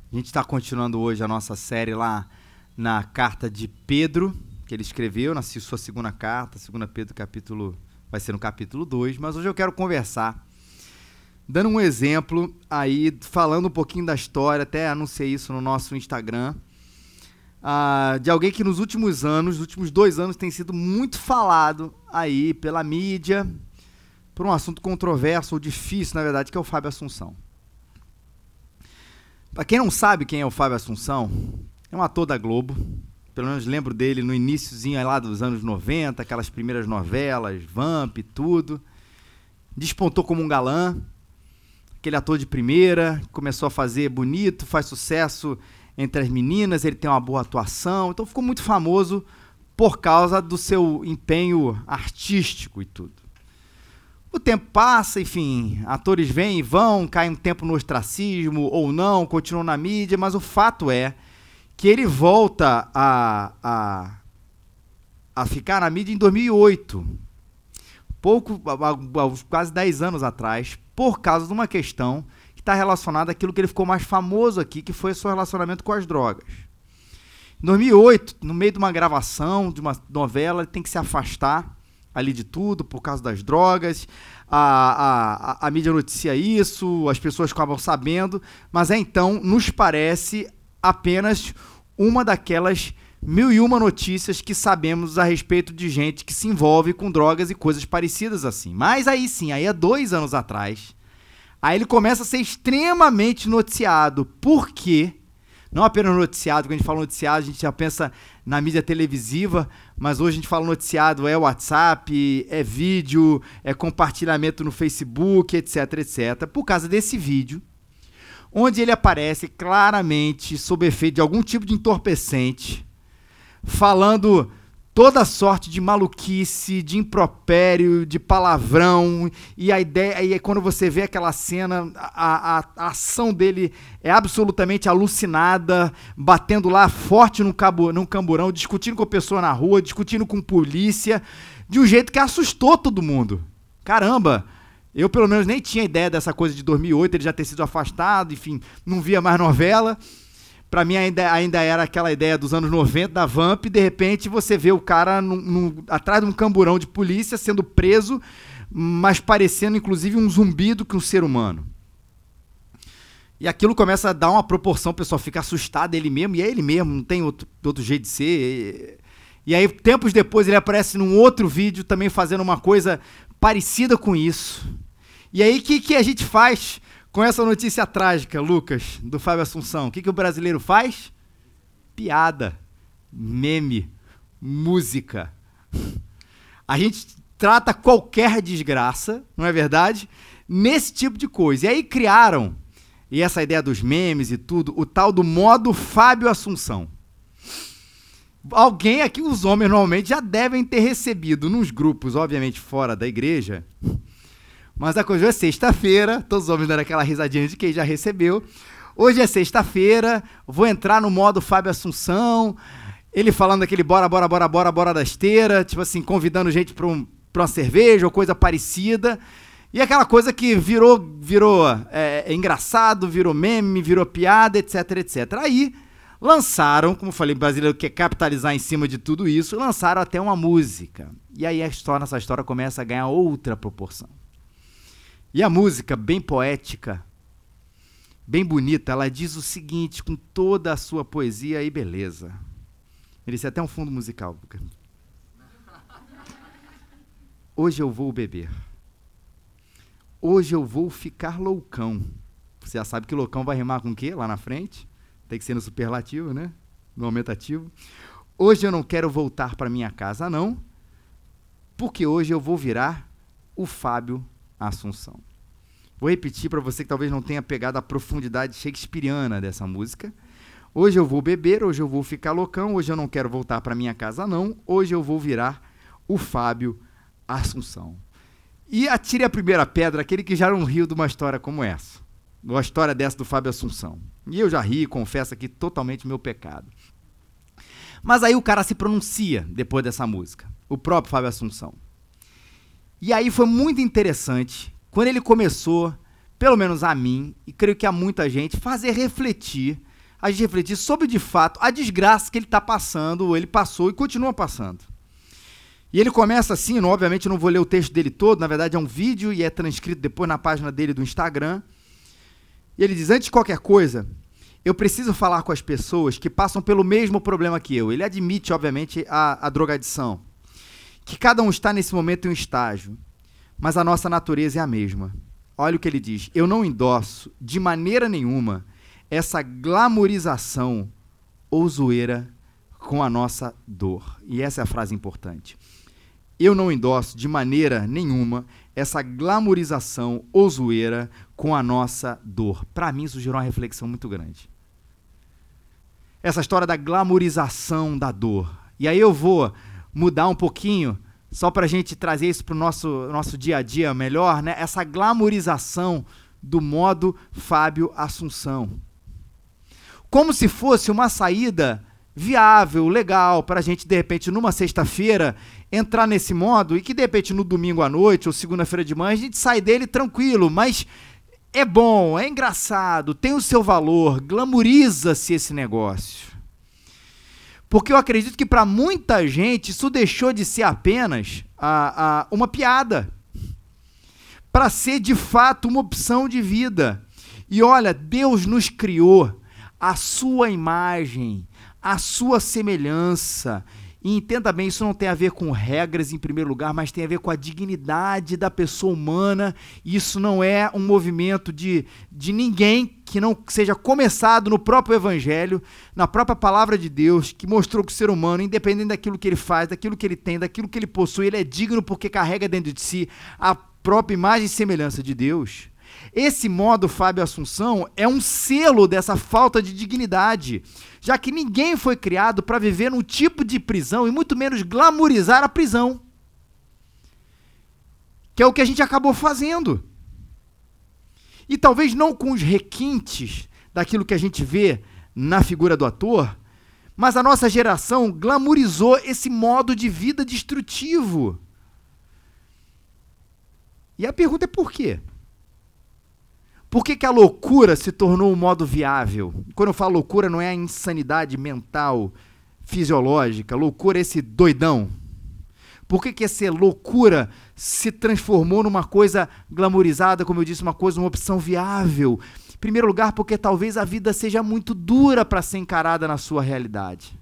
A gente está continuando hoje a nossa série lá na carta de Pedro, que ele escreveu, na sua segunda carta, 2 Pedro capítulo, vai ser no capítulo 2, mas hoje eu quero conversar, dando um exemplo aí, falando um pouquinho da história, até anunciei isso no nosso Instagram, de alguém que nos últimos 2 anos, tem sido muito falado aí pela mídia, por um assunto controverso ou difícil, na verdade, que é o Fábio Assunção. Para quem não sabe quem é o Fábio Assunção, é um ator da Globo, pelo menos lembro dele no iniciozinho lá dos anos 90, aquelas primeiras novelas, Vamp e tudo. Despontou como um galã, aquele ator de primeira, começou a fazer bonito, faz sucesso entre as meninas, ele tem uma boa atuação, então ficou muito famoso por causa do seu empenho artístico e tudo. O tempo passa, enfim, atores vêm e vão, caem um tempo no ostracismo ou não, continuam na mídia, mas o fato é que ele volta a ficar na mídia em 2008, quase 10 anos atrás, por causa de uma questão que está relacionada àquilo que ele ficou mais famoso aqui, que foi o seu relacionamento com as drogas. Em 2008, no meio de uma gravação, de uma novela, ele tem que se afastar ali de tudo, por causa das drogas, a mídia noticia isso, as pessoas acabam sabendo, mas então, nos parece apenas uma daquelas 1001 notícias que sabemos a respeito de gente que se envolve com drogas e coisas parecidas assim. Mas aí sim, aí há 2 anos atrás, aí ele começa a ser extremamente noticiado. Por quê? Não apenas noticiado, quando a gente fala noticiado, a gente já pensa na mídia televisiva, mas hoje a gente fala noticiado, é WhatsApp, é vídeo, é compartilhamento no Facebook, etc, etc. Por causa desse vídeo, onde ele aparece claramente sob efeito de algum tipo de entorpecente, falando toda sorte de maluquice, de impropério, de palavrão, e a ideia, e quando você vê aquela cena, a ação dele é absolutamente alucinada, batendo lá forte num camburão, discutindo com a pessoa na rua, discutindo com polícia, de um jeito que assustou todo mundo. Caramba! Eu, pelo menos, nem tinha ideia dessa coisa de 2008, ele já ter sido afastado, enfim, não via mais novela. Pra mim ainda era aquela ideia dos anos 90, da Vamp, e de repente você vê o cara atrás de um camburão de polícia sendo preso, mas parecendo inclusive um zumbi do que um ser humano. E aquilo começa a dar uma proporção, o pessoal fica assustado, ele mesmo, e é ele mesmo, não tem outro jeito de ser. E aí, tempos depois, ele aparece num outro vídeo também fazendo uma coisa parecida com isso. E aí, o que a gente faz com essa notícia trágica, Lucas, do Fábio Assunção? O que o brasileiro faz? Piada, meme, música. A gente trata qualquer desgraça, não é verdade? Nesse tipo de coisa. E aí criaram, e essa ideia dos memes e tudo, o tal do modo Fábio Assunção. Alguém aqui, os homens normalmente já devem ter recebido nos grupos, obviamente fora da igreja, mas a coisa é sexta-feira, todos os homens dando aquela risadinha de quem já recebeu. Hoje é sexta-feira, vou entrar no modo Fábio Assunção, ele falando aquele bora da esteira, tipo assim, convidando gente pra uma cerveja ou coisa parecida. E aquela coisa que virou engraçado, virou meme, virou piada, etc, etc. Aí lançaram, como eu falei, o brasileiro quer capitalizar em cima de tudo isso, lançaram até uma música. E aí essa história começa a ganhar outra proporção. E a música, bem poética, bem bonita, ela diz o seguinte, com toda a sua poesia e beleza. Ele disse até um fundo musical. Hoje eu vou beber. Hoje eu vou ficar loucão. Você já sabe que loucão vai rimar com o quê lá na frente? Tem que ser no superlativo, né? No aumentativo. Hoje eu não quero voltar para minha casa, não, porque hoje eu vou virar o Fábio Assunção. Vou repetir para você que talvez não tenha pegado a profundidade shakespeariana dessa música. Hoje eu vou beber, hoje eu vou ficar loucão, hoje eu não quero voltar para minha casa, não, hoje eu vou virar o Fábio Assunção. E atire a primeira pedra aquele que já não riu de uma história como essa. Uma história dessa do Fábio Assunção. E eu já ri, confesso aqui totalmente meu pecado. Mas aí o cara se pronuncia depois dessa música, o próprio Fábio Assunção. E aí foi muito interessante, quando ele começou, pelo menos a mim, e creio que a muita gente, fazer refletir a gente refletir sobre, de fato, a desgraça que ele está passando, ou ele passou e continua passando. E ele começa assim, obviamente eu não vou ler o texto dele todo, na verdade é um vídeo e é transcrito depois na página dele do Instagram. E ele diz, antes de qualquer coisa, eu preciso falar com as pessoas que passam pelo mesmo problema que eu. Ele admite, obviamente, a drogadição. Que cada um está nesse momento em um estágio, mas a nossa natureza é a mesma. Olha o que ele diz, eu não endosso de maneira nenhuma essa glamorização ou zoeira com a nossa dor. E essa é a frase importante. Eu não endosso de maneira nenhuma essa glamorização ou zoeira com a nossa dor. Para mim isso gerou uma reflexão muito grande. Essa história da glamorização da dor. E aí eu vou mudar um pouquinho, só para a gente trazer isso para o nosso dia a dia melhor, né? Essa glamorização do modo Fábio Assunção. Como se fosse uma saída viável, legal, para a gente, de repente, numa sexta-feira, entrar nesse modo e que, de repente, no domingo à noite ou segunda-feira de manhã, a gente sai dele tranquilo, mas é bom, é engraçado, tem o seu valor, glamoriza-se esse negócio. Porque eu acredito que para muita gente isso deixou de ser apenas uma piada, para ser de fato uma opção de vida. E olha, Deus nos criou a sua imagem, a sua semelhança. E entenda bem, isso não tem a ver com regras em primeiro lugar, mas tem a ver com a dignidade da pessoa humana. Isso não é um movimento de ninguém que não seja começado no próprio Evangelho, na própria palavra de Deus, que mostrou que o ser humano, independente daquilo que ele faz, daquilo que ele tem, daquilo que ele possui, ele é digno porque carrega dentro de si a própria imagem e semelhança de Deus. Esse modo Fábio Assunção é um selo dessa falta de dignidade, já que ninguém foi criado para viver num tipo de prisão e muito menos glamorizar a prisão, que é o que a gente acabou fazendo. E talvez não com os requintes daquilo que a gente vê na figura do ator, mas a nossa geração glamorizou esse modo de vida destrutivo. E a pergunta é por quê? Por que a loucura se tornou um modo viável? Quando eu falo loucura, não é a insanidade mental, fisiológica. Loucura é esse doidão. Por que essa loucura se transformou numa coisa glamorizada, como eu disse, uma opção viável? Em primeiro lugar, porque talvez a vida seja muito dura para ser encarada na sua realidade.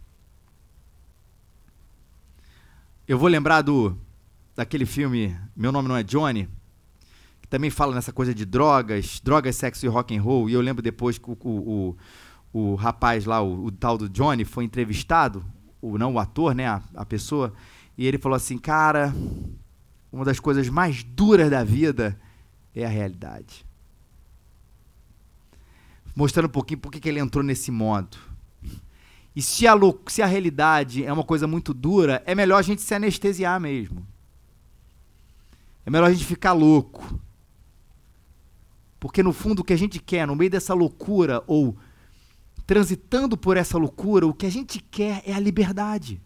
Eu vou lembrar daquele filme Meu Nome Não é Johnny, que também fala nessa coisa de drogas, sexo e rock and roll, e eu lembro depois que o rapaz lá, o tal do Johnny, foi entrevistado, não o ator, né, a pessoa, e ele falou assim, cara, uma das coisas mais duras da vida é a realidade. Mostrando um pouquinho por que ele entrou nesse modo. E se a realidade é uma coisa muito dura, é melhor a gente se anestesiar mesmo. É melhor a gente ficar louco. Porque, no fundo, o que a gente quer, no meio dessa loucura, ou transitando por essa loucura, o que a gente quer é a liberdade.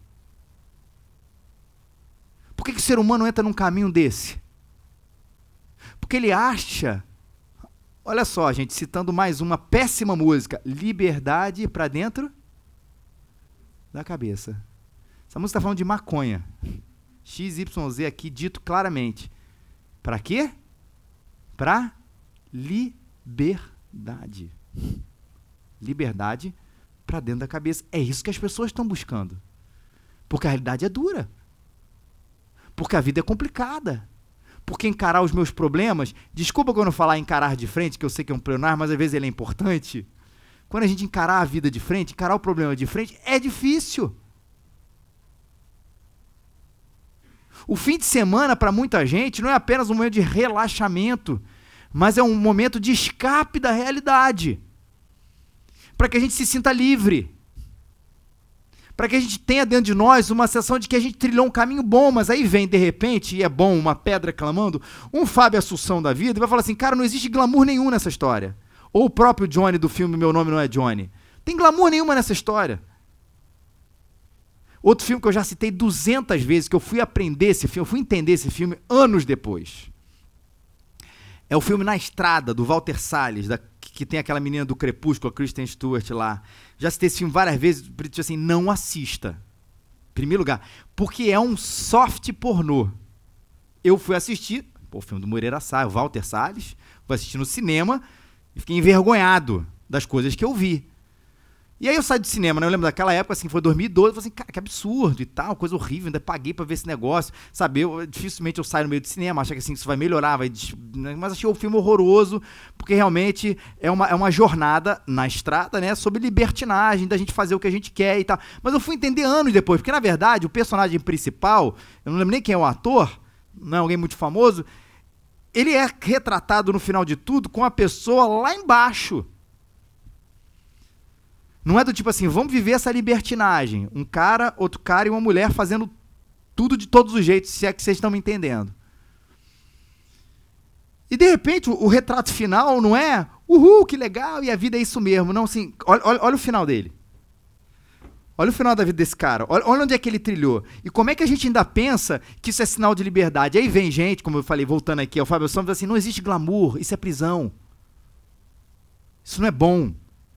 Por que o ser humano entra num caminho desse? Porque ele acha, olha só, gente, citando mais uma péssima música, liberdade para dentro da cabeça. Essa música está falando de maconha. XYZ aqui, dito claramente. Para quê? Para liberdade. Liberdade para dentro da cabeça. É isso que as pessoas estão buscando. Porque a realidade é dura. Porque a vida é complicada. Porque encarar os meus problemas, desculpa quando eu falar encarar de frente, que eu sei que é um plenário, mas às vezes ele é importante. Quando a gente encarar a vida de frente, encarar o problema de frente, é difícil. O fim de semana, para muita gente, não é apenas um momento de relaxamento, mas é um momento de escape da realidade, para que a gente se sinta livre, para que a gente tenha dentro de nós uma sensação de que a gente trilhou um caminho bom, mas aí vem, de repente, e é bom, uma pedra clamando, um Fábio Assunção da vida, e vai falar assim, cara, não existe glamour nenhum nessa história. Ou o próprio Johnny do filme Meu Nome Não é Johnny. Tem glamour nenhuma nessa história. Outro filme que eu já citei 200 vezes, que eu fui aprender esse filme, eu fui entender esse filme anos depois. É o filme Na Estrada, do Walter Salles, que tem aquela menina do Crepúsculo, a Kristen Stewart lá. Já citei esse filme várias vezes, tipo assim, não assista. Em primeiro lugar, porque é um soft pornô. Eu fui assistir, o filme do Moreira Salles, o Walter Salles, fui assistir no cinema e fiquei envergonhado das coisas que eu vi. E aí eu saí do cinema, né? Eu lembro daquela época, assim, foi 2012, eu falei assim, cara, que absurdo e tal, coisa horrível, ainda paguei pra ver esse negócio, sabe? Dificilmente eu saio no meio do cinema, achar que assim, isso vai melhorar, mas achei o filme horroroso, porque realmente é uma jornada na estrada, né? Sobre libertinagem, da gente fazer o que a gente quer e tal. Mas eu fui entender anos depois, porque na verdade o personagem principal, eu não lembro nem quem é o ator, não é alguém muito famoso, ele é retratado no final de tudo com a pessoa lá embaixo. Não é do tipo assim, vamos viver essa libertinagem. Um cara, outro cara e uma mulher fazendo tudo de todos os jeitos, se é que vocês estão me entendendo. E de repente o retrato final não é, uhul, que legal, e a vida é isso mesmo. Não, assim, olha o final dele. Olha o final da vida desse cara. Olha onde é que ele trilhou. E como é que a gente ainda pensa que isso é sinal de liberdade? Aí vem gente, como eu falei, voltando aqui ao Fábio Santos, assim, não existe glamour, isso é prisão. Isso não é bom.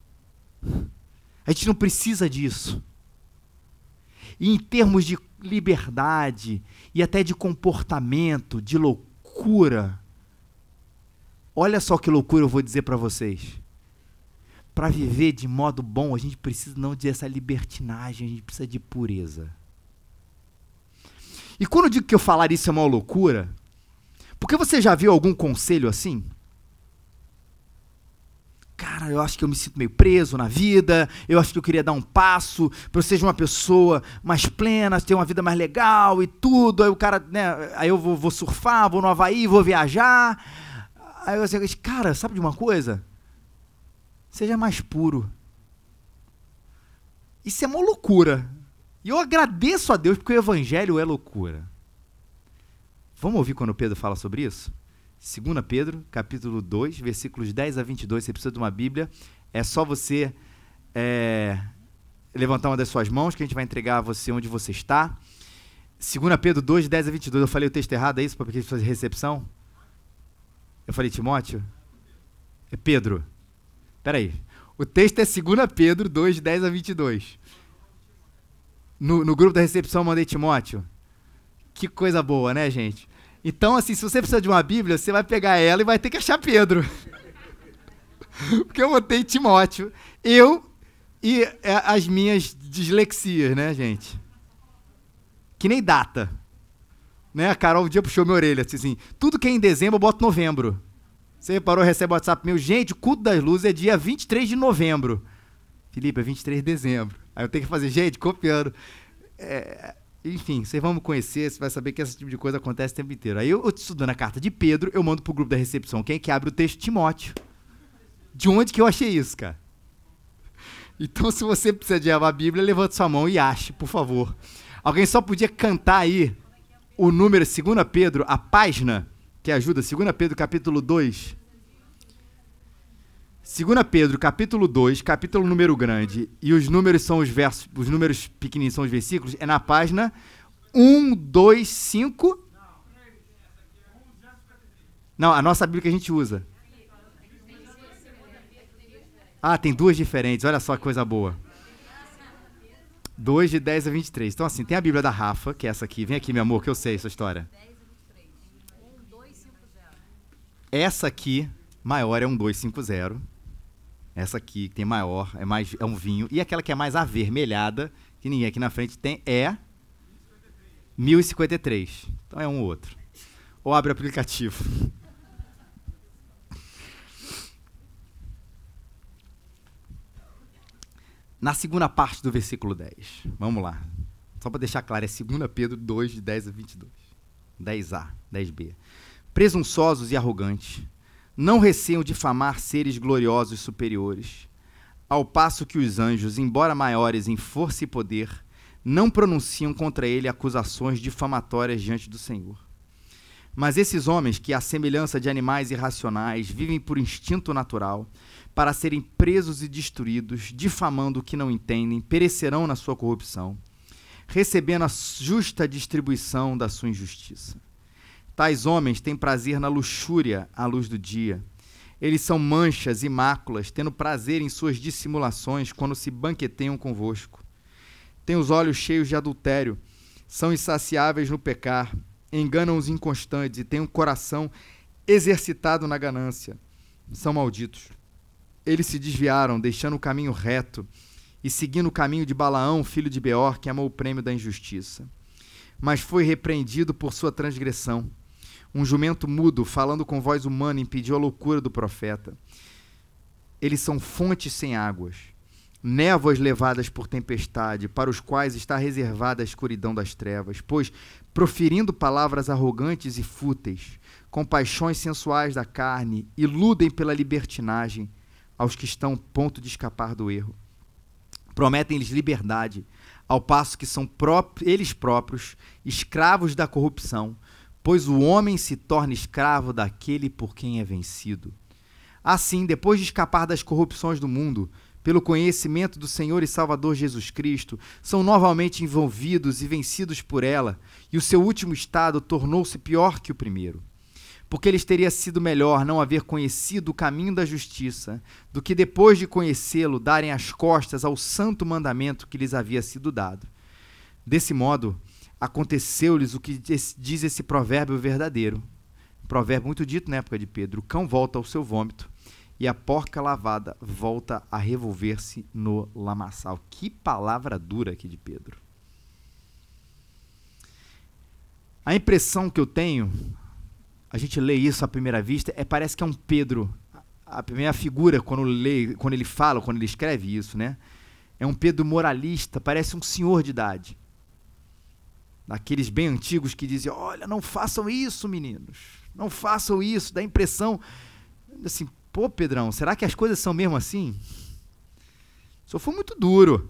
A gente não precisa disso. E em termos de liberdade e até de comportamento, de loucura, olha só que loucura eu vou dizer para vocês. Para viver de modo bom, a gente precisa não de essa libertinagem, a gente precisa de pureza. E quando eu digo que eu falar isso é uma loucura, porque você já viu algum conselho assim? Cara, eu acho que eu me sinto meio preso na vida, eu acho que eu queria dar um passo para eu ser uma pessoa mais plena, ter uma vida mais legal e tudo. Aí o cara, né, aí eu vou surfar, vou no Havaí, vou viajar. Aí eu digo, cara, sabe de uma coisa? Seja mais puro. Isso é uma loucura. E eu agradeço a Deus porque o evangelho é loucura. Vamos ouvir quando Pedro fala sobre isso? 2 Pedro, capítulo 2, versículos 10 a 22, você precisa de uma Bíblia, é só você levantar uma das suas mãos, que a gente vai entregar a você onde você está. 2 Pedro 2, 10 a 22, eu falei o texto errado, é isso, para porque fazer recepção? Eu falei Timóteo? É Pedro. Peraí, o texto é 2 Pedro 2, 10 a 22. No grupo da recepção eu mandei Timóteo. Que coisa boa, né, gente? Então, assim, se você precisa de uma Bíblia, você vai pegar ela e vai ter que achar Pedro. Porque eu botei Timóteo. Eu e as minhas dislexias, né, gente? Que nem data. Né? A Carol um dia puxou minha orelha, assim, tudo que é em dezembro eu boto novembro. Você reparou, recebe o WhatsApp meu, gente, o culto das luzes é dia 23 de novembro. Felipe, é 23 de dezembro. Aí eu tenho que fazer, gente, copiando. Enfim, vocês vão me conhecer, você vai saber que esse tipo de coisa acontece o tempo inteiro. Aí eu estudando a carta de Pedro, eu mando pro grupo da recepção. Quem é que abre o texto? Timóteo. De onde que eu achei isso, cara? Então, se você precisa de uma Bíblia, levanta sua mão e ache, por favor. Alguém só podia cantar aí o número 2 Pedro, a página que ajuda, 2 Pedro, capítulo 2. 2 Pedro, capítulo 2, capítulo número grande, e os números são os versos, os números pequenininhos são os versículos, é na página 125. Não, a nossa Bíblia que a gente usa. Ah, tem duas diferentes, olha só que coisa boa. 2 de 10 a 23. Então assim, tem a Bíblia da Rafa, que é essa aqui. Vem aqui, meu amor, que eu sei essa história. Essa aqui, maior, é 1250. Essa aqui, que tem maior, é um vinho. E aquela que é mais avermelhada, que ninguém aqui na frente tem, é 1053. Então é um ou outro. Ou abre o aplicativo. Na segunda parte do versículo 10. Vamos lá. Só para deixar claro, é 2 Pedro 2, de 10 a 22. 10a, 10b. Presunçosos e arrogantes, não receiam difamar seres gloriosos superiores, ao passo que os anjos, embora maiores em força e poder, não pronunciam contra ele acusações difamatórias diante do Senhor. Mas esses homens que, à semelhança de animais irracionais, vivem por instinto natural, para serem presos e destruídos, difamando o que não entendem, perecerão na sua corrupção, recebendo a justa distribuição da sua injustiça. Tais homens têm prazer na luxúria à luz do dia. Eles são manchas e máculas, tendo prazer em suas dissimulações quando se banqueteiam convosco. Têm os olhos cheios de adultério, são insaciáveis no pecar, enganam os inconstantes e têm um coração exercitado na ganância. São malditos. Eles se desviaram, deixando o caminho reto e seguindo o caminho de Balaão, filho de Beor, que amou o prêmio da injustiça. Mas foi repreendido por sua transgressão. Um jumento mudo, falando com voz humana, impediu a loucura do profeta. Eles são fontes sem águas, névoas levadas por tempestade, para os quais está reservada a escuridão das trevas, pois, proferindo palavras arrogantes e fúteis, com paixões sensuais da carne, iludem pela libertinagem aos que estão a ponto de escapar do erro. Prometem-lhes liberdade, ao passo que são eles próprios escravos da corrupção, pois o homem se torna escravo daquele por quem é vencido. Assim, depois de escapar das corrupções do mundo, pelo conhecimento do Senhor e Salvador Jesus Cristo, são novamente envolvidos e vencidos por ela, e o seu último estado tornou-se pior que o primeiro. Porque lhes teria sido melhor não haver conhecido o caminho da justiça, do que depois de conhecê-lo darem as costas ao santo mandamento que lhes havia sido dado. Desse modo, aconteceu-lhes o que diz esse provérbio verdadeiro. Um provérbio muito dito na época de Pedro: o cão volta ao seu vômito e a porca lavada volta a revolver-se no lamaçal. Que palavra dura aqui de Pedro. A impressão que eu tenho, a gente lê isso à primeira vista, parece que é um Pedro, a primeira figura quando ele fala, quando ele escreve isso, né? É um Pedro moralista, parece um senhor de idade. Daqueles bem antigos que dizem: olha, não façam isso, meninos, não façam isso. Dá a impressão, assim, pô, Pedrão, será que as coisas são mesmo assim? O senhor foi muito duro.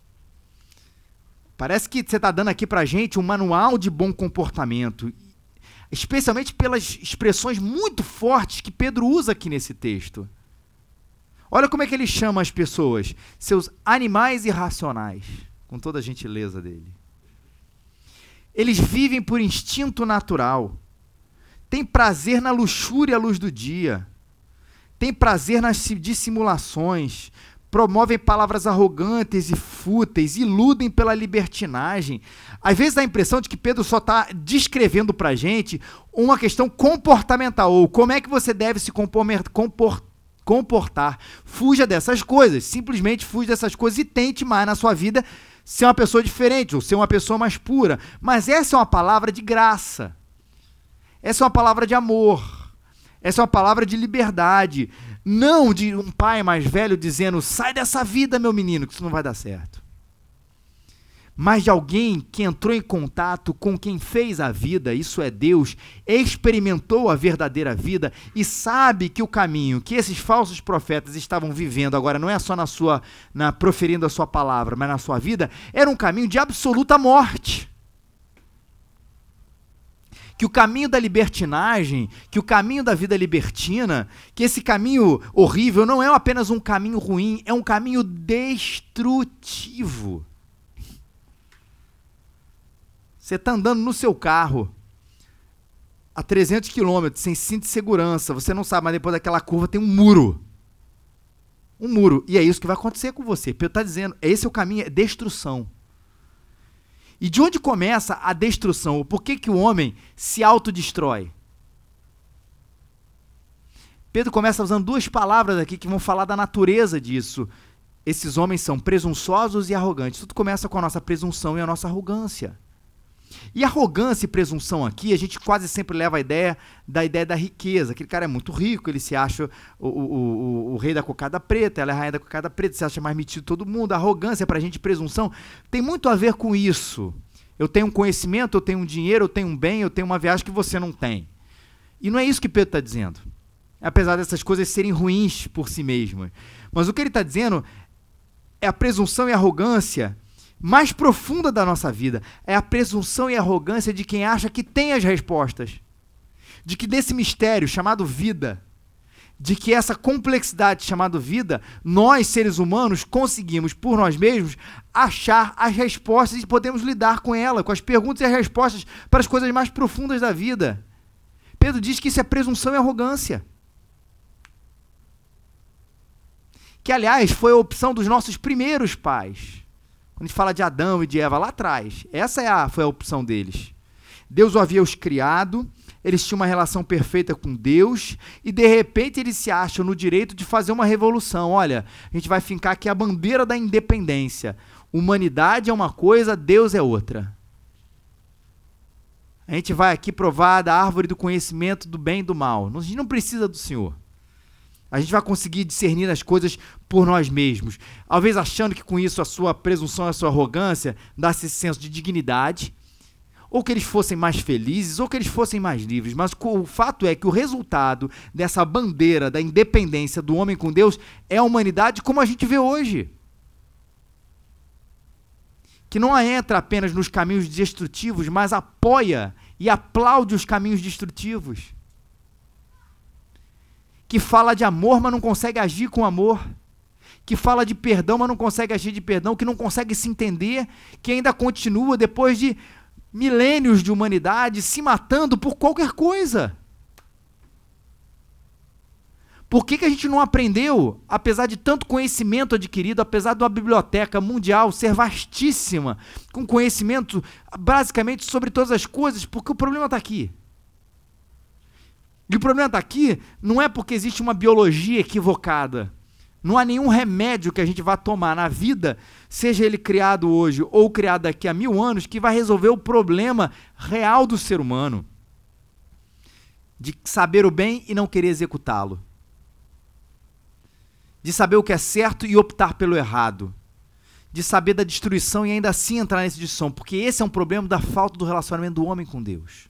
Parece que você está dando aqui para a gente um manual de bom comportamento, especialmente pelas expressões muito fortes que Pedro usa aqui nesse texto. Olha como é que ele chama as pessoas, seus animais irracionais, com toda a gentileza dele. Eles vivem por instinto natural, têm prazer na luxúria à luz do dia, têm prazer nas dissimulações, promovem palavras arrogantes e fúteis, iludem pela libertinagem. Às vezes dá a impressão de que Pedro só está descrevendo para a gente uma questão comportamental, ou como é que você deve se comportar. Fuja dessas coisas, simplesmente fuja dessas coisas e tente mais na sua vida ser uma pessoa diferente, ou ser uma pessoa mais pura. Mas essa é uma palavra de graça. Essa é uma palavra de amor. Essa é uma palavra de liberdade. Não de um pai mais velho dizendo: sai dessa vida, meu menino, que isso não vai dar certo. Mas de alguém que entrou em contato com quem fez a vida, isso é Deus, experimentou a verdadeira vida e sabe que o caminho que esses falsos profetas estavam vivendo, agora não é só proferindo a sua palavra, mas na sua vida, era um caminho de absoluta morte. Que o caminho da libertinagem, que o caminho da vida libertina, que esse caminho horrível não é apenas um caminho ruim, é um caminho destrutivo. Você está andando no seu carro a 300 km, sem cinto de segurança, você não sabe, mas depois daquela curva tem um muro. Um muro. E é isso que vai acontecer com você. Pedro está dizendo, esse é o caminho, é destruição. E de onde começa a destruição? Por que o homem se autodestrói? Pedro começa usando duas palavras aqui que vão falar da natureza disso. Esses homens são presunçosos e arrogantes. Tudo começa com a nossa presunção e a nossa arrogância. E arrogância e presunção aqui, a gente quase sempre leva a ideia da riqueza. Aquele cara é muito rico, ele se acha o rei da cocada preta, ela é a rainha da cocada preta, se acha mais metido de todo mundo. A arrogância pra gente, presunção, tem muito a ver com isso. Eu tenho um conhecimento, eu tenho um dinheiro, eu tenho um bem, eu tenho uma viagem que você não tem. E não é isso que Pedro está dizendo. Apesar dessas coisas serem ruins por si mesmas. Mas o que ele está dizendo é a presunção e a arrogância mais profunda da nossa vida. É a presunção e a arrogância de quem acha que tem as respostas. De que desse mistério chamado vida, de que essa complexidade chamada vida, nós, seres humanos, conseguimos por nós mesmos achar as respostas e podemos lidar com ela, com as perguntas e as respostas para as coisas mais profundas da vida. Pedro diz que isso é presunção e arrogância. que, aliás, foi a opção dos nossos primeiros pais. Quando a gente fala de Adão e de Eva lá atrás, essa foi a opção deles. Deus havia os criado, eles tinham uma relação perfeita com Deus, e de repente eles se acham no direito de fazer uma revolução. Olha, a gente vai fincar aqui a bandeira da independência. Humanidade é uma coisa, Deus é outra. A gente vai aqui provar da árvore do conhecimento do bem e do mal. A gente não precisa do Senhor. A gente vai conseguir discernir as coisas por nós mesmos. Talvez achando que com isso a sua presunção, a sua arrogância dá-se esse senso de dignidade, ou que eles fossem mais felizes, ou que eles fossem mais livres. Mas o fato é que o resultado dessa bandeira da independência do homem com Deus é a humanidade como a gente vê hoje. Que não entra apenas nos caminhos destrutivos, mas apoia e aplaude os caminhos destrutivos. Que fala de amor, mas não consegue agir com amor. Que fala de perdão, mas não consegue agir de perdão. Que não consegue se entender. Que ainda continua, depois de milênios de humanidade, se matando por qualquer coisa. Por que a gente não aprendeu, apesar de tanto conhecimento adquirido, apesar de uma biblioteca mundial ser vastíssima, com conhecimento basicamente sobre todas as coisas? Porque o problema está aqui. E o problema está aqui não é porque existe uma biologia equivocada. Não há nenhum remédio que a gente vá tomar na vida, seja ele criado hoje ou criado daqui a 1000 anos, que vai resolver o problema real do ser humano. De saber o bem e não querer executá-lo. De saber o que é certo e optar pelo errado. De saber da destruição e ainda assim entrar nessa destruição. Porque esse é um problema da falta do relacionamento do homem com Deus.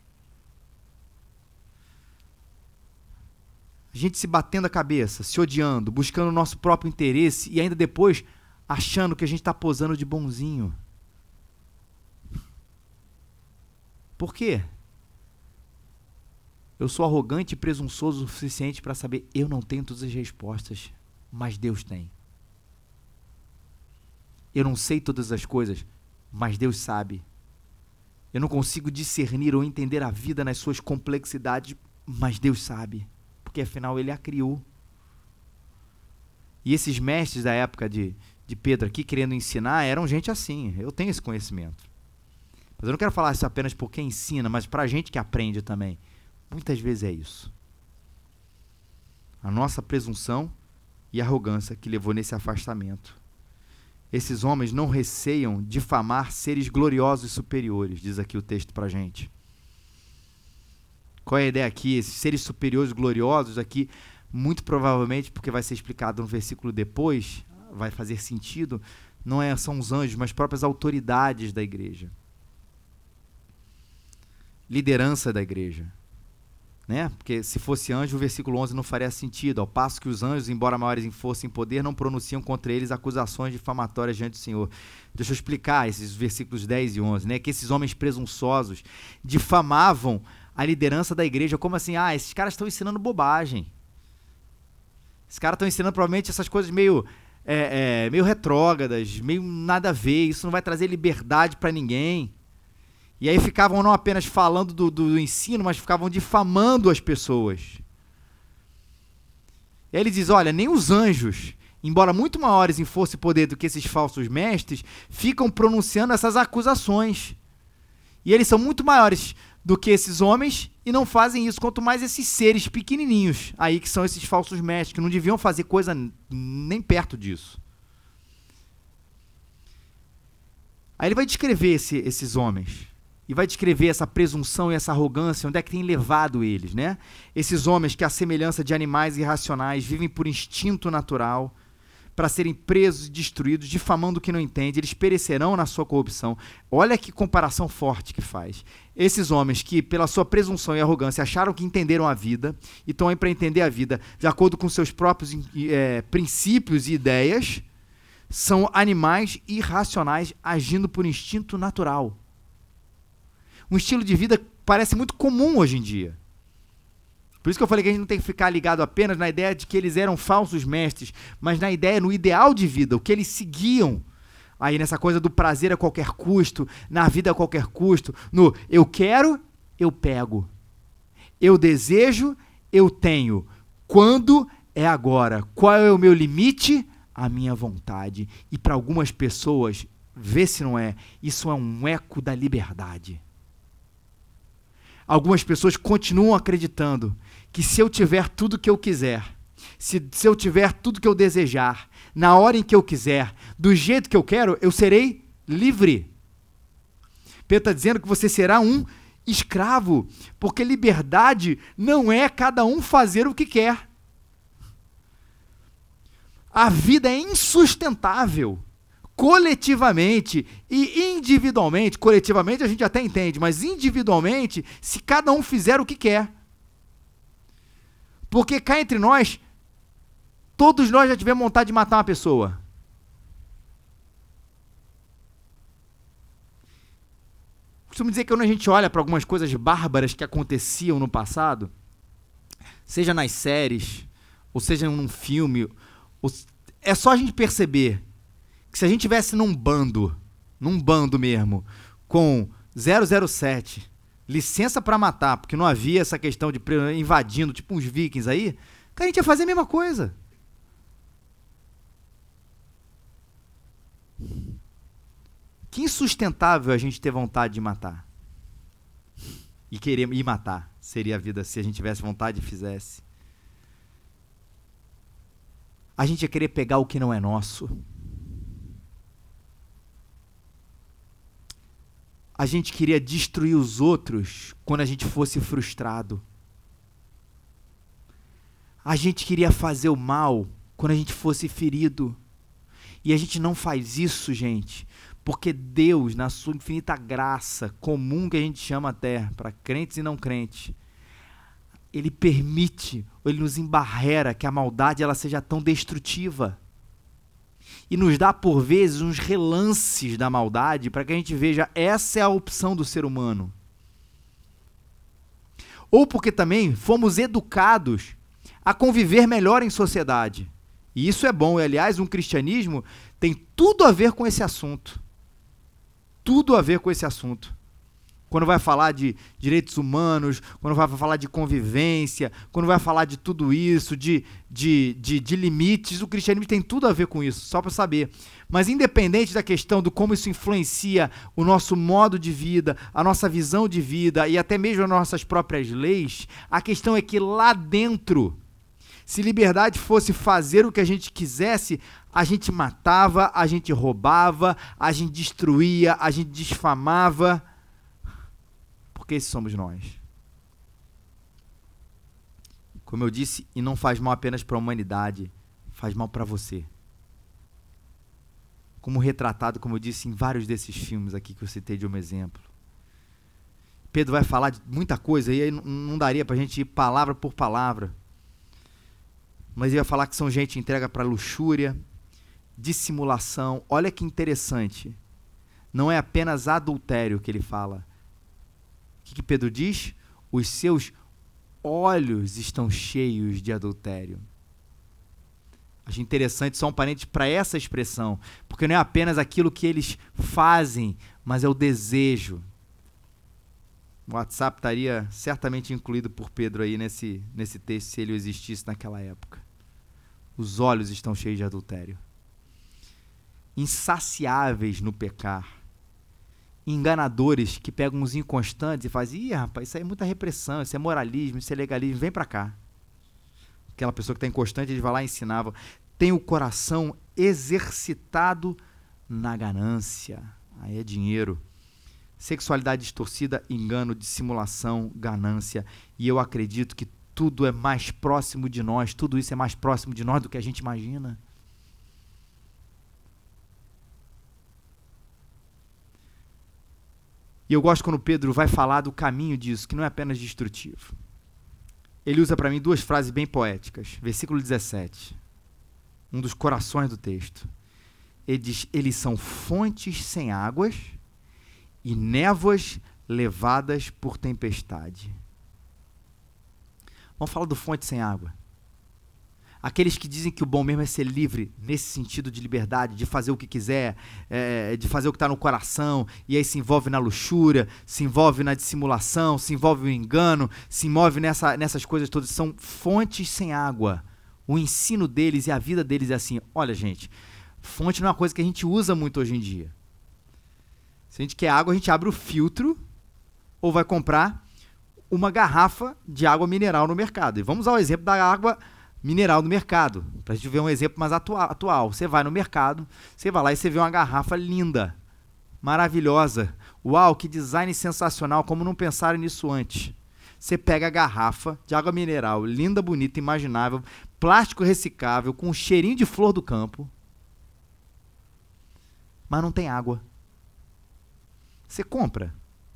A gente se batendo a cabeça, se odiando, buscando o nosso próprio interesse e ainda depois achando que a gente está posando de bonzinho. Por quê? Eu sou arrogante e presunçoso o suficiente para saber eu não tenho todas as respostas, mas Deus tem. Eu não sei todas as coisas, mas Deus sabe. Eu não consigo discernir ou entender a vida nas suas complexidades, mas Deus sabe. Porque afinal Ele a criou. E esses mestres da época de Pedro aqui, querendo ensinar, eram gente assim. Eu tenho esse conhecimento. Mas eu não quero falar isso apenas por quem ensina, mas para a gente que aprende também. Muitas vezes é isso. A nossa presunção e arrogância que levou nesse afastamento. Esses homens não receiam difamar seres gloriosos e superiores, diz aqui o texto para a gente. Qual é a ideia aqui? Esses seres superiores gloriosos aqui, muito provavelmente, porque vai ser explicado no versículo depois, vai fazer sentido, são os anjos, mas próprias autoridades da igreja. Liderança da igreja. Né? Porque se fosse anjo, o versículo 11 não faria sentido, ao passo que os anjos, embora maiores em força e em poder, não pronunciam contra eles acusações difamatórias diante do Senhor. Deixa eu explicar esses versículos 10 e 11, né? Que esses homens presunçosos difamavam a liderança da igreja, como assim? Esses caras estão ensinando bobagem. Esses caras estão ensinando provavelmente essas coisas meio retrógradas, meio nada a ver, isso não vai trazer liberdade para ninguém. E aí ficavam não apenas falando do ensino, mas ficavam difamando as pessoas. E aí ele diz, olha, nem os anjos, embora muito maiores em força e poder do que esses falsos mestres, ficam pronunciando essas acusações. E eles são muito maiores do que esses homens e não fazem isso, quanto mais esses seres pequenininhos, aí que são esses falsos mestres, que não deviam fazer coisa nem perto disso. Aí ele vai descrever esses homens. E vai descrever essa presunção e essa arrogância, onde é que tem levado eles, né? Esses homens que, à semelhança de animais irracionais, vivem por instinto natural, para serem presos e destruídos, difamando o que não entende, eles perecerão na sua corrupção. Olha que comparação forte que faz. Esses homens que, pela sua presunção e arrogância, acharam que entenderam a vida, e estão aí para entender a vida de acordo com seus próprios princípios e ideias, são animais irracionais agindo por instinto natural. Um estilo de vida que parece muito comum hoje em dia. Por isso que eu falei que a gente não tem que ficar ligado apenas na ideia de que eles eram falsos mestres, mas na ideia, no ideal de vida, o que eles seguiam aí nessa coisa do prazer a qualquer custo, na vida a qualquer custo, no eu quero, eu pego. Eu desejo, eu tenho. Quando é agora. Qual é o meu limite? A minha vontade. E para algumas pessoas, vê se não é, isso é um eco da liberdade. Algumas pessoas continuam acreditando que se eu tiver tudo que eu quiser, se eu tiver tudo que eu desejar, na hora em que eu quiser, do jeito que eu quero, eu serei livre. Pedro está dizendo que você será um escravo, porque liberdade não é cada um fazer o que quer. A vida é insustentável, coletivamente e individualmente. Coletivamente a gente até entende, mas individualmente, se cada um fizer o que quer. Porque cá entre nós, todos nós já tivemos vontade de matar uma pessoa. Costumo dizer que quando a gente olha para algumas coisas bárbaras que aconteciam no passado, seja nas séries, ou seja num filme, é só a gente perceber que se a gente tivesse num bando mesmo, com 007, licença para matar, porque não havia essa questão de invadindo, tipo uns vikings aí, que a gente ia fazer a mesma coisa. Que insustentável a gente ter vontade de matar. E querer ir matar seria a vida se a gente tivesse vontade e fizesse. A gente ia querer pegar o que não é nosso. A gente queria destruir os outros quando a gente fosse frustrado. A gente queria fazer o mal quando a gente fosse ferido. E a gente não faz isso, gente, porque Deus, na sua infinita graça comum que a gente chama até, para crentes e não crentes, Ele permite, ou Ele nos embarrera que a maldade ela seja tão destrutiva. E nos dá, por vezes, uns relances da maldade para que a gente veja, essa é a opção do ser humano. Ou porque também fomos educados a conviver melhor em sociedade. E isso é bom, e aliás, um cristianismo tem tudo a ver com esse assunto. Tudo a ver com esse assunto. Quando vai falar de direitos humanos, quando vai falar de convivência, quando vai falar de tudo isso, de limites, o cristianismo tem tudo a ver com isso, só para saber. Mas independente da questão do como isso influencia o nosso modo de vida, a nossa visão de vida e até mesmo as nossas próprias leis, a questão é que lá dentro, se liberdade fosse fazer o que a gente quisesse, a gente matava, a gente roubava, a gente destruía, a gente difamava. Porque esses somos nós. Como eu disse, e não faz mal apenas para a humanidade, faz mal para você. Como retratado, como eu disse, em vários desses filmes aqui que eu citei de um exemplo. Pedro vai falar de muita coisa, e aí não daria para a gente ir palavra por palavra. Mas ele vai falar que são gente entrega para luxúria, dissimulação. Olha que interessante. Não é apenas adultério que ele fala. O que Pedro diz? Os seus olhos estão cheios de adultério. Acho interessante, só um parênteses para essa expressão, porque não é apenas aquilo que eles fazem, mas é o desejo. O WhatsApp estaria certamente incluído por Pedro aí nesse texto, se ele existisse naquela época. Os olhos estão cheios de adultério. Insaciáveis no pecar. Enganadores que pegam os inconstantes e fazem, ih, rapaz, isso aí é muita repressão, isso é moralismo, isso é legalismo, vem pra cá. Aquela pessoa que está inconstante, ele vai lá e ensinava. Tem o coração exercitado na ganância. Aí é dinheiro. Sexualidade distorcida, engano, dissimulação, ganância. E eu acredito que tudo é mais próximo de nós, tudo isso é mais próximo de nós do que a gente imagina. E eu gosto quando Pedro vai falar do caminho disso, que não é apenas destrutivo. Ele usa para mim duas frases bem poéticas. Versículo 17, um dos corações do texto. Ele diz, eles são fontes sem águas e névoas levadas por tempestade. Vamos falar do fonte sem água. Aqueles que dizem que o bom mesmo é ser livre, nesse sentido de liberdade, de fazer o que quiser, de fazer o que está no coração, e aí se envolve na luxúria, se envolve na dissimulação, se envolve no engano, se envolve nessas coisas todas. São fontes sem água. O ensino deles e a vida deles é assim, olha gente, fonte não é uma coisa que a gente usa muito hoje em dia. Se a gente quer água, a gente abre o filtro ou vai comprar uma garrafa de água mineral no mercado. E vamos ao exemplo da água mineral no mercado, para a gente ver um exemplo mais atual. Você vai no mercado, você vai lá e você vê uma garrafa linda, maravilhosa. Uau, que design sensacional, como não pensaram nisso antes? Você pega a garrafa de água mineral, linda, bonita, imaginável, plástico reciclável, com um cheirinho de flor do campo, mas não tem água. Você compra.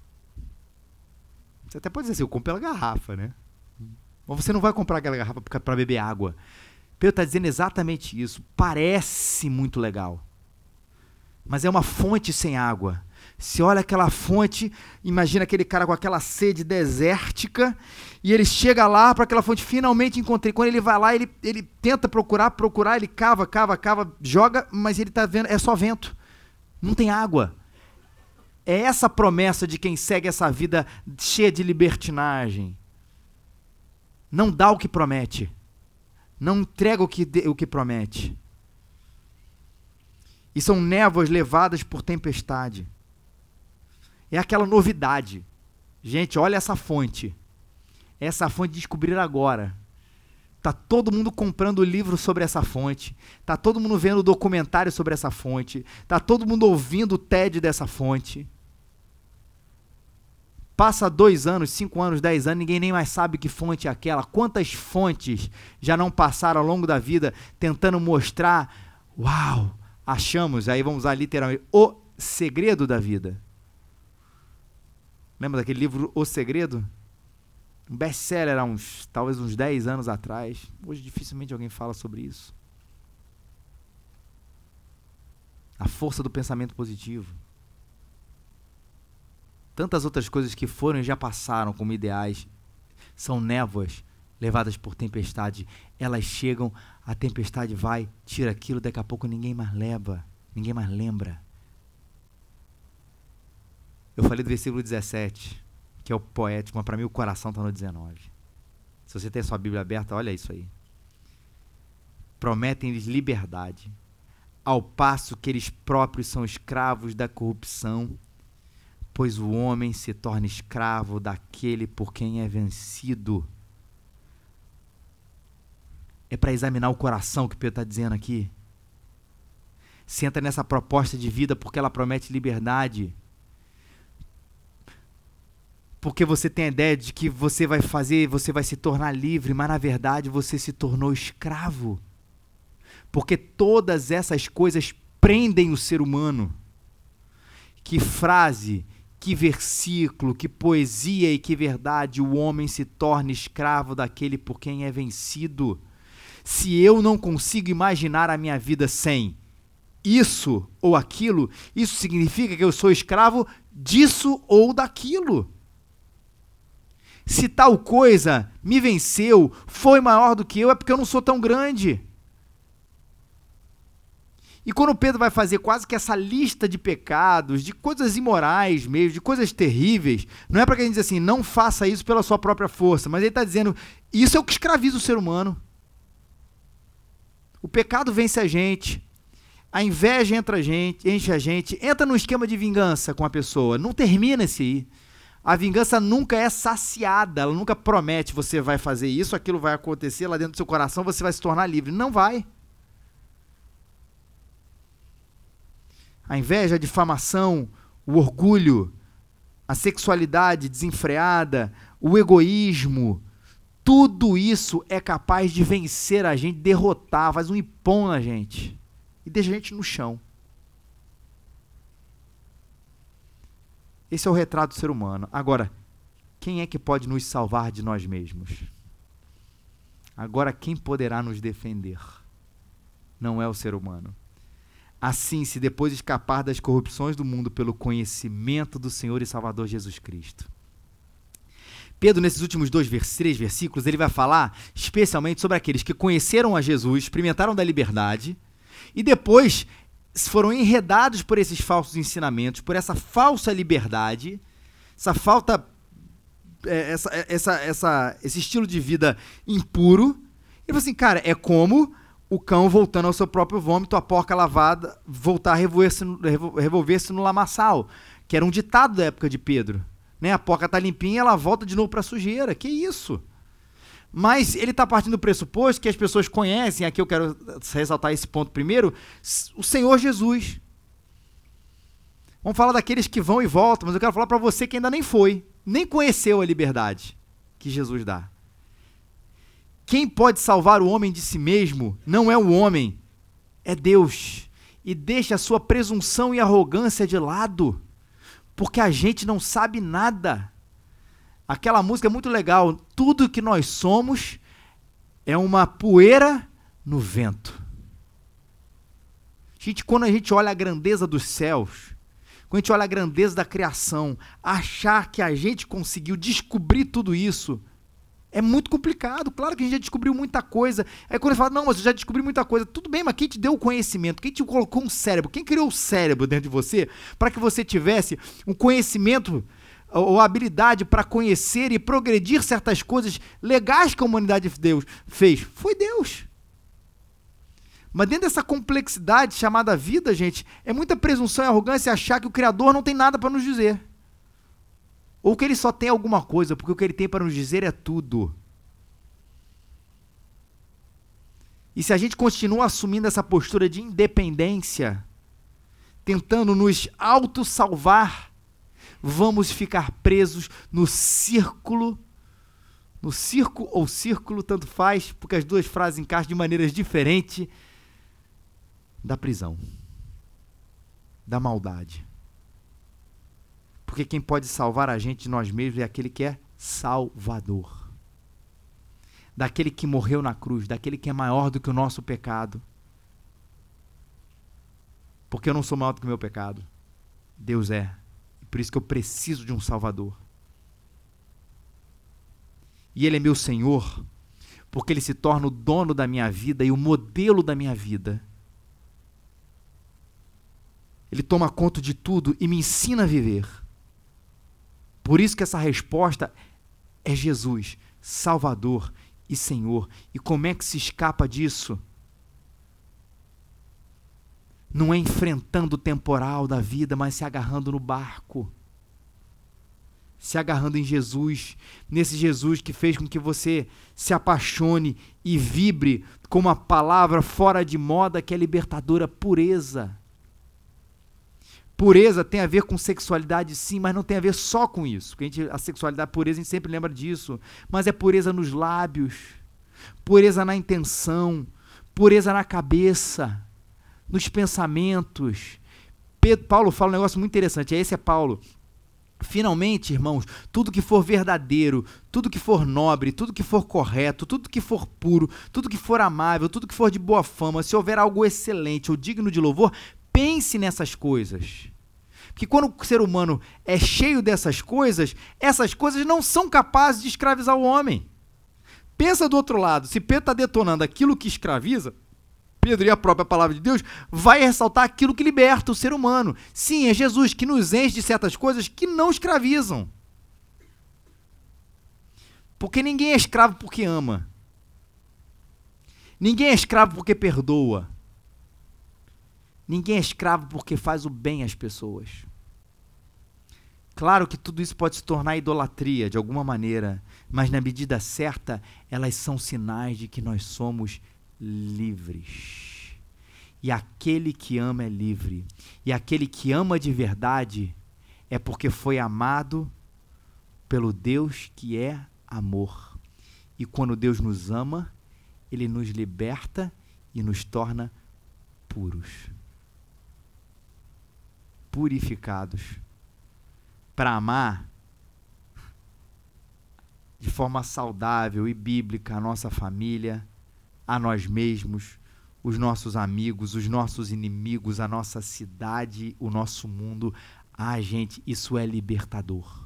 Você até pode dizer assim, eu compro pela garrafa, né? Mas você não vai comprar aquela garrafa para beber água. Pedro está dizendo exatamente isso. Parece muito legal, mas é uma fonte sem água. Se olha aquela fonte, imagina aquele cara com aquela sede desértica, e ele chega lá para aquela fonte, finalmente encontrei. Quando ele vai lá, ele tenta procurar, ele cava, joga, mas ele está vendo, é só vento. Não tem água. É essa promessa de quem segue essa vida cheia de libertinagem. Não dá o que promete. Não entrega o que promete. E são névoas levadas por tempestade. É aquela novidade. Gente, olha essa fonte. Essa fonte descobriram agora. Está todo mundo comprando livro sobre essa fonte. Está todo mundo vendo documentário sobre essa fonte. Está todo mundo ouvindo o TED dessa fonte. Passa 2 anos, 5 anos, 10 anos, ninguém nem mais sabe que fonte é aquela. Quantas fontes já não passaram ao longo da vida tentando mostrar, uau, achamos, aí vamos usar literalmente, o segredo da vida. Lembra daquele livro O Segredo? Um best-seller há talvez uns 10 anos atrás. Hoje dificilmente alguém fala sobre isso. A força do pensamento positivo. Tantas outras coisas que foram e já passaram como ideais são névoas levadas por tempestade. Elas chegam, a tempestade vai, tira aquilo, daqui a pouco ninguém mais lembra. Eu falei do versículo 17, que é o poético, mas para mim o coração está no 19. Se você tem a sua Bíblia aberta, olha isso aí. Prometem-lhes liberdade, ao passo que eles próprios são escravos da corrupção, pois o homem se torna escravo daquele por quem é vencido. É para examinar o coração que Pedro está dizendo aqui. Se entra nessa proposta de vida porque ela promete liberdade. Porque você tem a ideia de que você vai se tornar livre, mas na verdade você se tornou escravo. Porque todas essas coisas prendem o ser humano. Que frase, que versículo, que poesia e que verdade, o homem se torna escravo daquele por quem é vencido. Se eu não consigo imaginar a minha vida sem isso ou aquilo, isso significa que eu sou escravo disso ou daquilo. Se tal coisa me venceu, foi maior do que eu, é porque eu não sou tão grande. E quando Pedro vai fazer quase que essa lista de pecados, de coisas imorais mesmo, de coisas terríveis, não é para que a gente diga assim, não faça isso pela sua própria força, mas ele está dizendo, isso é o que escraviza o ser humano. O pecado vence a gente, a inveja enche a gente, entra num esquema de vingança com a pessoa, não termina esse aí. A vingança nunca é saciada, ela nunca promete, você vai fazer isso, aquilo vai acontecer lá dentro do seu coração, você vai se tornar livre. Não vai. A inveja, a difamação, o orgulho, a sexualidade desenfreada, o egoísmo, tudo isso é capaz de vencer a gente, derrotar, faz um ipom na gente e deixa a gente no chão. Esse é o retrato do ser humano. Agora, quem é que pode nos salvar de nós mesmos? Agora, quem poderá nos defender? Não é o ser humano. Assim, se depois de escapar das corrupções do mundo pelo conhecimento do Senhor e Salvador Jesus Cristo. Pedro, nesses últimos 3 versículos, ele vai falar especialmente sobre aqueles que conheceram a Jesus, experimentaram da liberdade, e depois foram enredados por esses falsos ensinamentos, por essa falsa liberdade, esse estilo de vida impuro, Ele falou assim, cara, é como o cão voltando ao seu próprio vômito, a porca lavada voltar a revolver-se no lamaçal, que era um ditado da época de Pedro. Né? A porca está limpinha, ela volta de novo para a sujeira. Que isso? Mas ele está partindo do pressuposto que as pessoas conhecem, aqui eu quero ressaltar esse ponto primeiro, o Senhor Jesus. Vamos falar daqueles que vão e voltam, mas eu quero falar para você que ainda nem foi, nem conheceu a liberdade que Jesus dá. Quem pode salvar o homem de si mesmo não é o homem, é Deus. E deixa a sua presunção e arrogância de lado, porque a gente não sabe nada. Aquela música é muito legal, tudo que nós somos é uma poeira no vento. Gente, quando a gente olha a grandeza dos céus, quando a gente olha a grandeza da criação, achar que a gente conseguiu descobrir tudo isso, é muito complicado. Claro que a gente já descobriu muita coisa. Aí quando ele fala, não, mas eu já descobri muita coisa. Tudo bem, mas quem te deu o conhecimento? Quem te colocou um cérebro? Quem criou o cérebro dentro de você para que você tivesse um conhecimento ou habilidade para conhecer e progredir certas coisas legais que a humanidade de Deus fez? Foi Deus. Mas dentro dessa complexidade chamada vida, gente, é muita presunção e arrogância achar que o Criador não tem nada para nos dizer. Ou que ele só tem alguma coisa, porque o que ele tem para nos dizer é tudo. E se a gente continua assumindo essa postura de independência, tentando nos autossalvar, vamos ficar presos no círculo, ou círculo, tanto faz, porque as duas frases encaixam de maneiras diferentes, da prisão, da maldade. Porque quem pode salvar a gente de nós mesmos é aquele que é Salvador. Daquele que morreu na cruz, daquele que é maior do que o nosso pecado. Porque eu não sou maior do que o meu pecado. Deus é. E por isso que eu preciso de um Salvador. E Ele é meu Senhor, porque Ele se torna o dono da minha vida e o modelo da minha vida. Ele toma conta de tudo e me ensina a viver. Por isso que essa resposta é Jesus, Salvador e Senhor. E como é que se escapa disso? Não é enfrentando o temporal da vida, mas se agarrando no barco. Se agarrando em Jesus, nesse Jesus que fez com que você se apaixone e vibre com uma palavra fora de moda que é libertadora, pureza. Pureza tem a ver com sexualidade, sim, mas não tem a ver só com isso. A sexualidade, pureza, a gente sempre lembra disso. Mas é pureza nos lábios, pureza na intenção, pureza na cabeça, nos pensamentos. Paulo fala um negócio muito interessante, esse é Paulo. Finalmente, irmãos, tudo que for verdadeiro, tudo que for nobre, tudo que for correto, tudo que for puro, tudo que for amável, tudo que for de boa fama, se houver algo excelente ou digno de louvor, pense nessas coisas. Porque quando o ser humano é cheio dessas coisas, essas coisas não são capazes de escravizar o homem. Pensa do outro lado, se Pedro está detonando aquilo que escraviza, Pedro e a própria palavra de Deus vai ressaltar aquilo que liberta o ser humano. Sim, é Jesus que nos enche de certas coisas que não escravizam. Porque ninguém é escravo porque ama. Ninguém é escravo porque perdoa. Ninguém é escravo porque faz o bem às pessoas. Claro que tudo isso pode se tornar idolatria de alguma maneira, mas na medida certa, elas são sinais de que nós somos livres. E aquele que ama é livre. E aquele que ama de verdade é porque foi amado pelo Deus que é amor. E quando Deus nos ama, Ele nos liberta e nos torna puros. Purificados. Para amar de forma saudável e bíblica a nossa família, a nós mesmos, os nossos amigos, os nossos inimigos, a nossa cidade, o nosso mundo. Ah, gente, isso é libertador.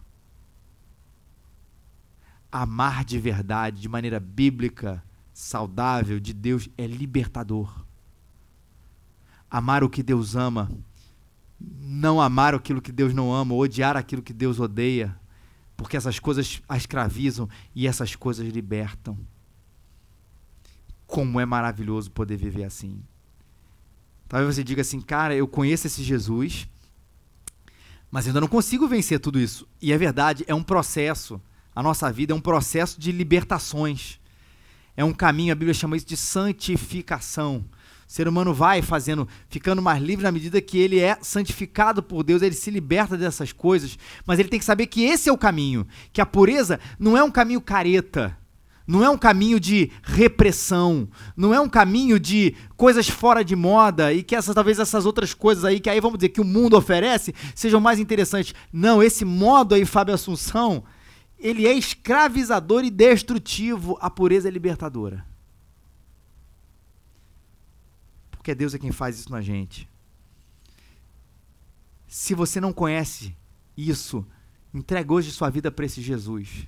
Amar de verdade, de maneira bíblica, saudável, de Deus, é libertador. Amar o que Deus ama, não amar aquilo que Deus não ama, odiar aquilo que Deus odeia, porque essas coisas a escravizam e essas coisas libertam. Como é maravilhoso poder viver assim. Talvez você diga assim, cara, eu conheço esse Jesus, mas ainda não consigo vencer tudo isso. E é verdade, é um processo. A nossa vida é um processo de libertações. É um caminho, a Bíblia chama isso de santificação. O ser humano vai ficando mais livre na medida que ele é santificado por Deus, ele se liberta dessas coisas, mas ele tem que saber que esse é o caminho, que a pureza não é um caminho careta, não é um caminho de repressão, não é um caminho de coisas fora de moda e que talvez essas outras coisas aí, que aí vamos dizer que o mundo oferece, sejam mais interessantes. Não, esse modo aí, Fábio Assunção, ele é escravizador e destrutivo, a pureza é libertadora. Porque Deus é quem faz isso na gente. Se você não conhece isso, entrega hoje sua vida para esse Jesus.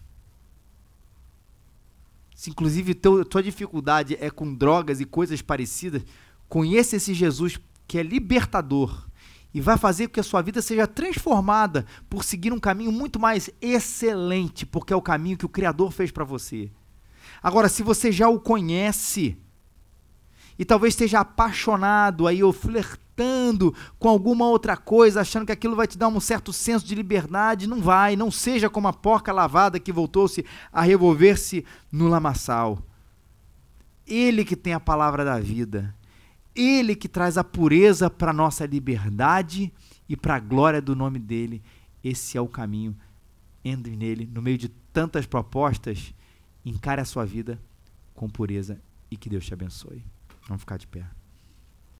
Se inclusive tua dificuldade é com drogas e coisas parecidas, conheça esse Jesus que é libertador e vai fazer com que a sua vida seja transformada por seguir um caminho muito mais excelente, porque é o caminho que o Criador fez para você. Agora, se você já o conhece e talvez esteja apaixonado aí ou flertando com alguma outra coisa, achando que aquilo vai te dar um certo senso de liberdade, não vai, não seja como a porca lavada que voltou-se a revolver-se no lamaçal. Ele que tem a palavra da vida, ele que traz a pureza para a nossa liberdade e para a glória do nome dele. Esse é o caminho. Entre nele, no meio de tantas propostas, encare a sua vida com pureza e que Deus te abençoe. Vamos ficar de pé.